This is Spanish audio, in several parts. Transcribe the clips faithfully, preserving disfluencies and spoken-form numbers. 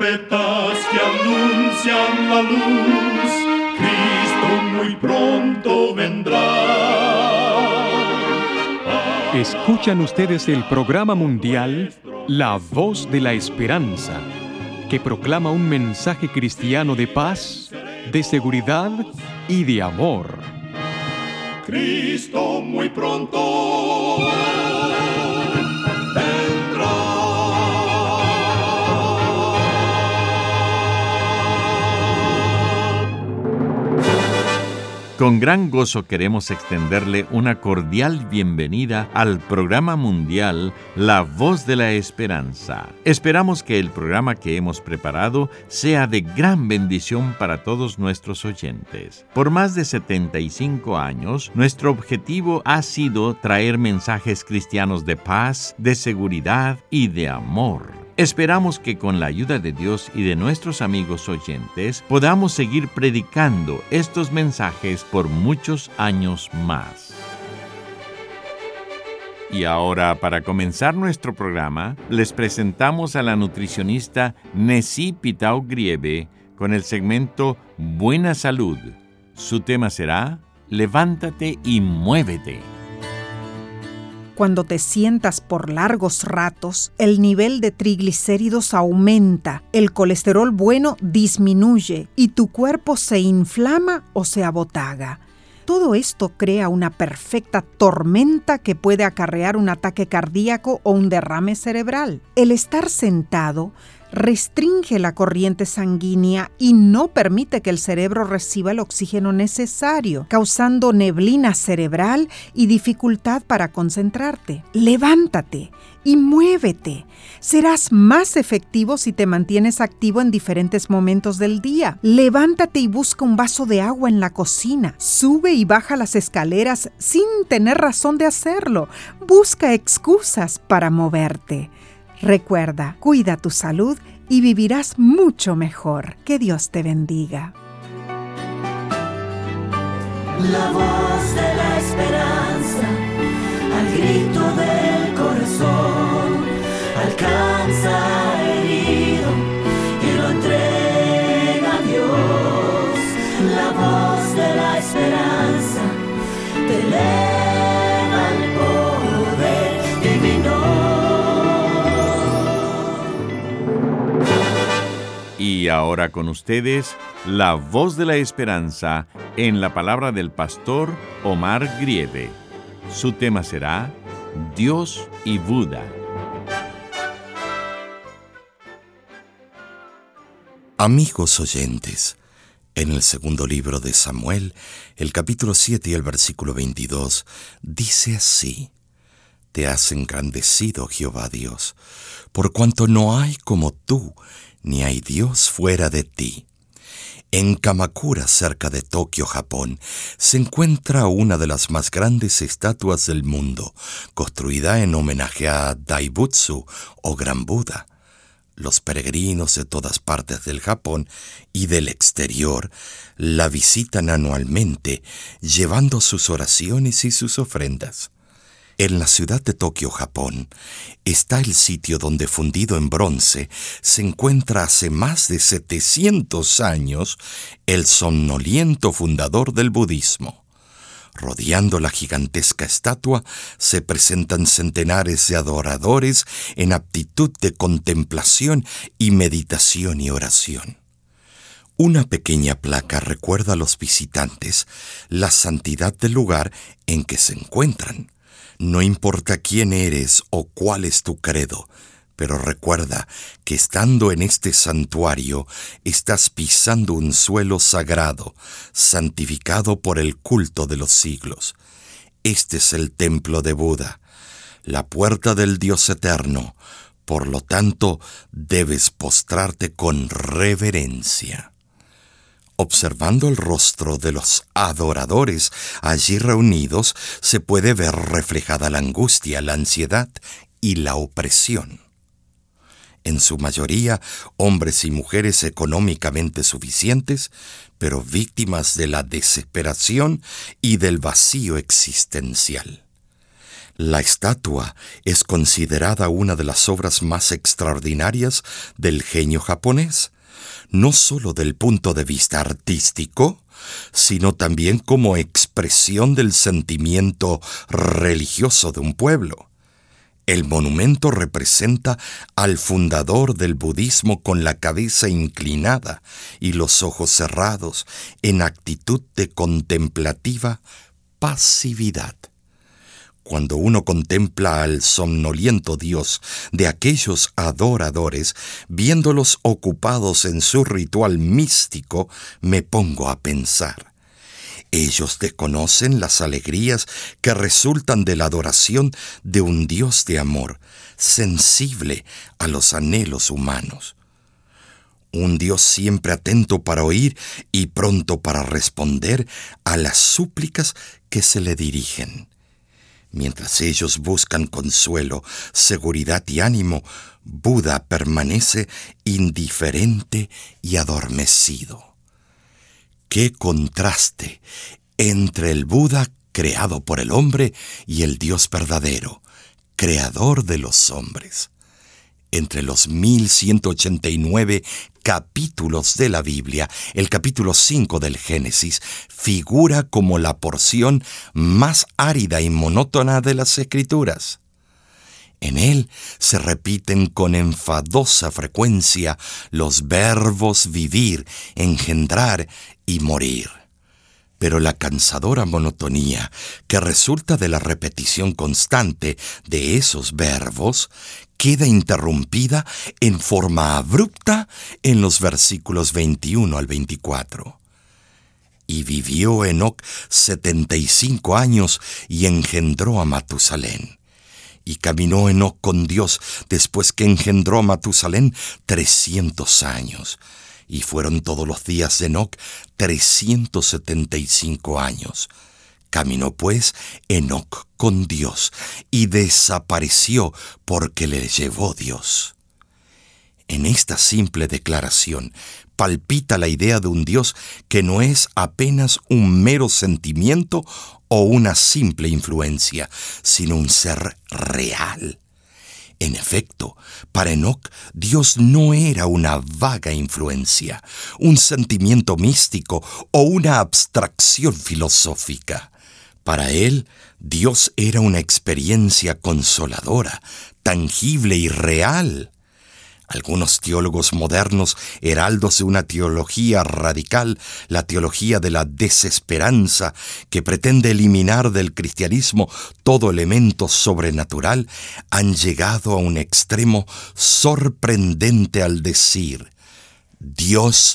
trompetas que anuncian la luz, Cristo muy pronto vendrá. Escuchan ustedes el programa mundial La Voz de la Esperanza, que proclama un mensaje cristiano de paz, de seguridad y de amor. Cristo muy pronto vendrá. Con gran gozo queremos extenderle una cordial bienvenida al programa mundial La Voz de la Esperanza. Esperamos que el programa que hemos preparado sea de gran bendición para todos nuestros oyentes. Por más de setenta y cinco años, nuestro objetivo ha sido traer mensajes cristianos de paz, de seguridad y de amor. Esperamos que con la ayuda de Dios y de nuestros amigos oyentes podamos seguir predicando estos mensajes por muchos años más. Y ahora, para comenzar nuestro programa, les presentamos a la nutricionista Nessie Pitao Grieve con el segmento Buena Salud. Su tema será Levántate y muévete. Cuando te sientas por largos ratos, el nivel de triglicéridos aumenta, el colesterol bueno disminuye y tu cuerpo se inflama o se abotaga. Todo esto crea una perfecta tormenta que puede acarrear un ataque cardíaco o un derrame cerebral. El estar sentado restringe la corriente sanguínea y no permite que el cerebro reciba el oxígeno necesario, causando neblina cerebral y dificultad para concentrarte. Levántate y muévete. Serás más efectivo si te mantienes activo en diferentes momentos del día. Levántate y busca un vaso de agua en la cocina. Sube y baja las escaleras sin tener razón de hacerlo. Busca excusas para moverte. Recuerda, cuida tu salud y vivirás mucho mejor. Que Dios te bendiga. La voz de la esperanza, al grito del corazón, alcanza herido y lo entrega a Dios. La voz de la esperanza te eleva al poder divino. Y ahora con ustedes, La Voz de la Esperanza en la palabra del pastor Omar Grieve. Su tema será Dios y Buda. Amigos oyentes, en el segundo libro de Samuel, el capítulo siete y el versículo veintidós, dice así: Te has engrandecido, Jehová Dios, por cuanto no hay como tú, ni hay Dios fuera de ti. En Kamakura, cerca de Tokio, Japón, se encuentra una de las más grandes estatuas del mundo, construida en homenaje a Daibutsu o Gran Buda. Los peregrinos de todas partes del Japón y del exterior la visitan anualmente, llevando sus oraciones y sus ofrendas. En la ciudad de Tokio, Japón, está el sitio donde, fundido en bronce, se encuentra hace más de setecientos años el somnoliento fundador del budismo. Rodeando la gigantesca estatua se presentan centenares de adoradores en actitud de contemplación y meditación y oración. Una pequeña placa recuerda a los visitantes la santidad del lugar en que se encuentran. No importa quién eres o cuál es tu credo, pero recuerda que estando en este santuario estás pisando un suelo sagrado, santificado por el culto de los siglos. Este es el templo de Buda, la puerta del Dios eterno. Por lo tanto, debes postrarte con reverencia. Observando el rostro de los adoradores allí reunidos, se puede ver reflejada la angustia, la ansiedad y la opresión. En su mayoría, hombres y mujeres económicamente suficientes, pero víctimas de la desesperación y del vacío existencial. La estatua es considerada una de las obras más extraordinarias del genio japonés, no solo del punto de vista artístico, sino también como expresión del sentimiento religioso de un pueblo. El monumento representa al fundador del budismo con la cabeza inclinada y los ojos cerrados, en actitud de contemplativa pasividad. Cuando uno contempla al somnoliento Dios de aquellos adoradores, viéndolos ocupados en su ritual místico, me pongo a pensar. Ellos desconocen las alegrías que resultan de la adoración de un Dios de amor, sensible a los anhelos humanos. Un Dios siempre atento para oír y pronto para responder a las súplicas que se le dirigen. Mientras ellos buscan consuelo, seguridad y ánimo, Buda permanece indiferente y adormecido. ¡Qué contraste entre el Buda creado por el hombre y el Dios verdadero, creador de los hombres! Entre los mil ciento ochenta y nueve capítulos de la Biblia, el capítulo cinco del Génesis figura como la porción más árida y monótona de las Escrituras. En él se repiten con enfadosa frecuencia los verbos vivir, engendrar y morir. Pero la cansadora monotonía que resulta de la repetición constante de esos verbos queda interrumpida en forma abrupta en los versículos veintiuno al veinticuatro. Y vivió Enoc setenta y cinco años y engendró a Matusalén. Y caminó Enoc con Dios después que engendró a Matusalén trescientos años. Y fueron todos los días de Enoc trescientos setenta y cinco años. Caminó pues Enoc con Dios y desapareció porque le llevó Dios. En esta simple declaración palpita la idea de un Dios que no es apenas un mero sentimiento o una simple influencia, sino un ser real. En efecto, para Enoc, Dios no era una vaga influencia, un sentimiento místico o una abstracción filosófica. Para él, Dios era una experiencia consoladora, tangible y real. Algunos teólogos modernos, heraldos de una teología radical, la teología de la desesperanza, que pretende eliminar del cristianismo todo elemento sobrenatural, han llegado a un extremo sorprendente al decir: Dios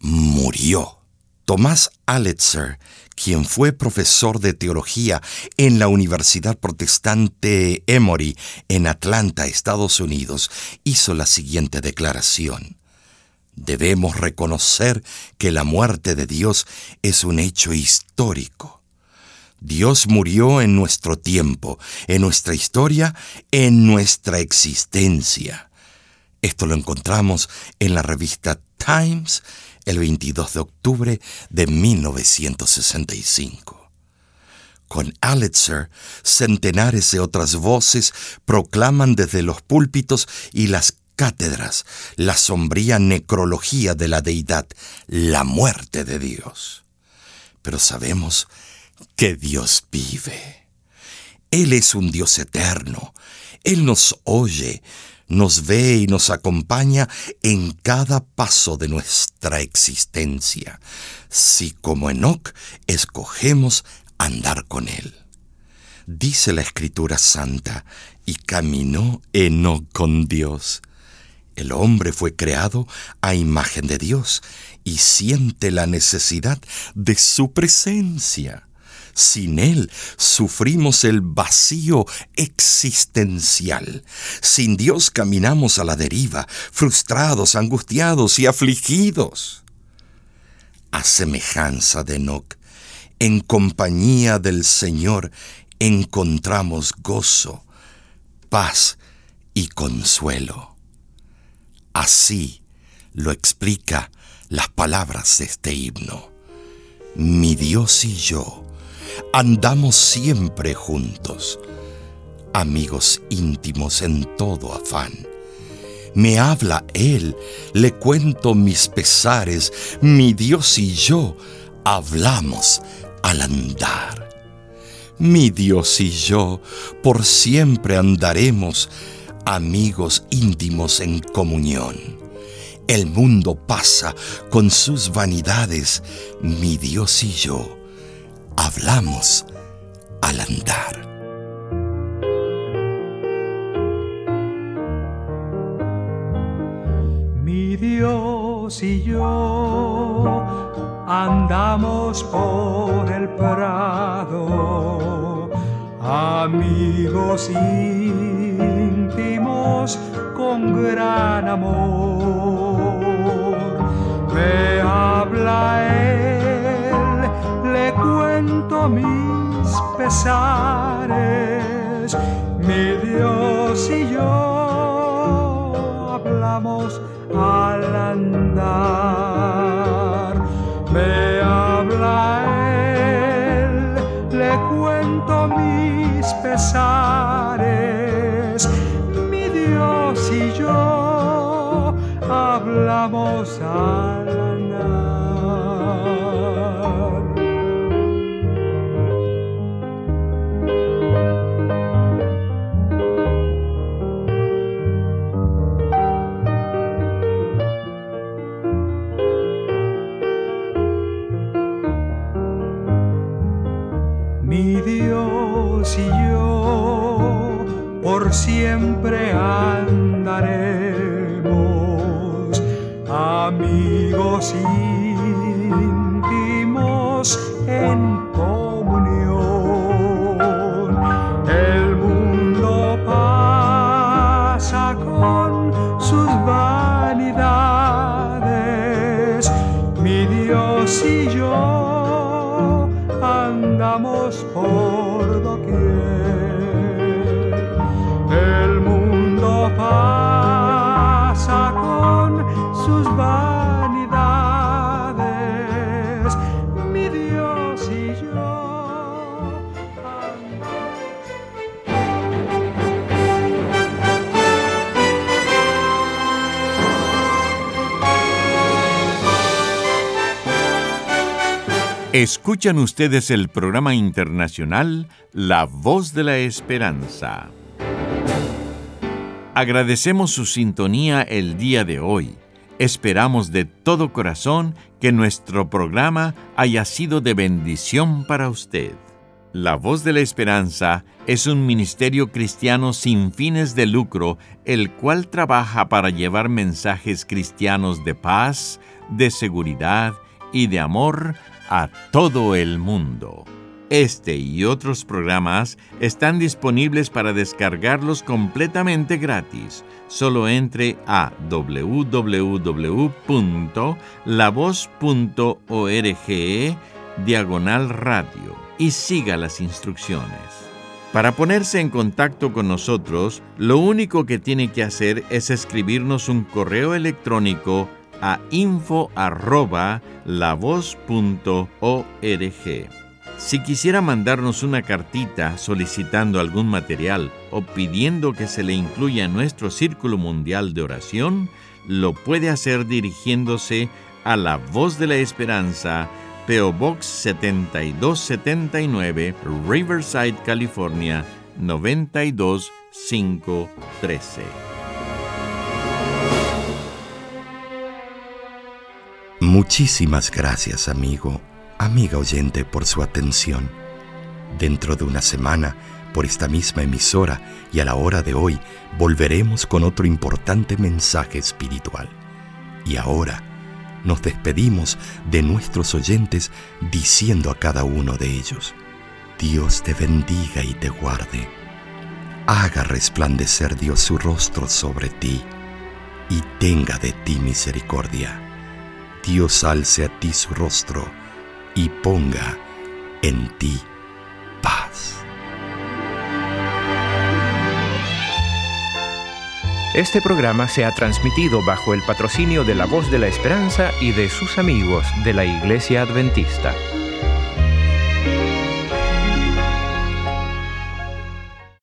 murió. Tomás Allitzer, quien fue profesor de teología en la Universidad Protestante Emory en Atlanta, Estados Unidos, hizo la siguiente declaración: debemos reconocer que la muerte de Dios es un hecho histórico. Dios murió en nuestro tiempo, en nuestra historia, en nuestra existencia. Esto lo encontramos en la revista Times, el veintidós de octubre de mil novecientos sesenta y cinco. Con Allitzer, centenares de otras voces proclaman desde los púlpitos y las cátedras la sombría necrología de la deidad, la muerte de Dios. Pero sabemos que Dios vive. Él es un Dios eterno. Él nos oye, nos ve y nos acompaña en cada paso de nuestra existencia, si como Enoc escogemos andar con Él. Dice la Escritura Santa: y caminó Enoc con Dios. El hombre fue creado a imagen de Dios y siente la necesidad de su presencia. Sin Él sufrimos el vacío existencial. Sin Dios caminamos a la deriva, frustrados, angustiados y afligidos. A semejanza de Enoc, en compañía del Señor encontramos gozo, paz y consuelo. Así lo explica las palabras de este himno: mi Dios y yo andamos siempre juntos. amigos íntimos en todo afán. Me habla Él, le cuento mis pesares, mi Dios y yo hablamos al andar. Mi Dios y yo por siempre andaremos, amigos íntimos en comunión. El mundo pasa con sus vanidades, mi Dios y yo hablamos al andar. Mi Dios y yo andamos por el prado, amigos íntimos con gran amor. Me habla Él, le cuento mis pesares, mi Dios y yo hablamos al andar. Me habla Él, le cuento mis pesares, mi Dios y yo hablamos al andar. Mi Dios y yo por siempre andaremos, amigos íntimos en comunión. El mundo pasa con sus vanidades, mi Dios y yo andamos por doquier. El mundo pasa con sus vanidades, mi Dios y yo andamos. Escuchan ustedes el programa internacional La Voz de la Esperanza. Agradecemos su sintonía el día de hoy. Esperamos de todo corazón que nuestro programa haya sido de bendición para usted. La Voz de la Esperanza es un ministerio cristiano sin fines de lucro, el cual trabaja para llevar mensajes cristianos de paz, de seguridad y de amor a todo el mundo. Este y otros programas están disponibles para descargarlos completamente gratis. Solo entre a doble u doble u doble u punto la voz punto org diagonal radio y siga las instrucciones. Para ponerse en contacto con nosotros, lo único que tiene que hacer es escribirnos un correo electrónico a info arroba la voz punto org. Si quisiera mandarnos una cartita solicitando algún material o pidiendo que se le incluya en nuestro Círculo Mundial de Oración, lo puede hacer dirigiéndose a La Voz de la Esperanza, P O Box setenta y dos setenta y nueve, Riverside, California, noventa y dos mil quinientos trece. Muchísimas gracias, amigo, amiga oyente, por su atención. Dentro de una semana, por esta misma emisora y a la hora de hoy, volveremos con otro importante mensaje espiritual. Y ahora nos despedimos de nuestros oyentes diciendo a cada uno de ellos: Dios te bendiga y te guarde. Haga resplandecer Dios su rostro sobre ti y tenga de ti misericordia. Dios alce a ti su rostro y ponga en ti paz. Este programa se ha transmitido bajo el patrocinio de La Voz de la Esperanza y de sus amigos de la Iglesia Adventista.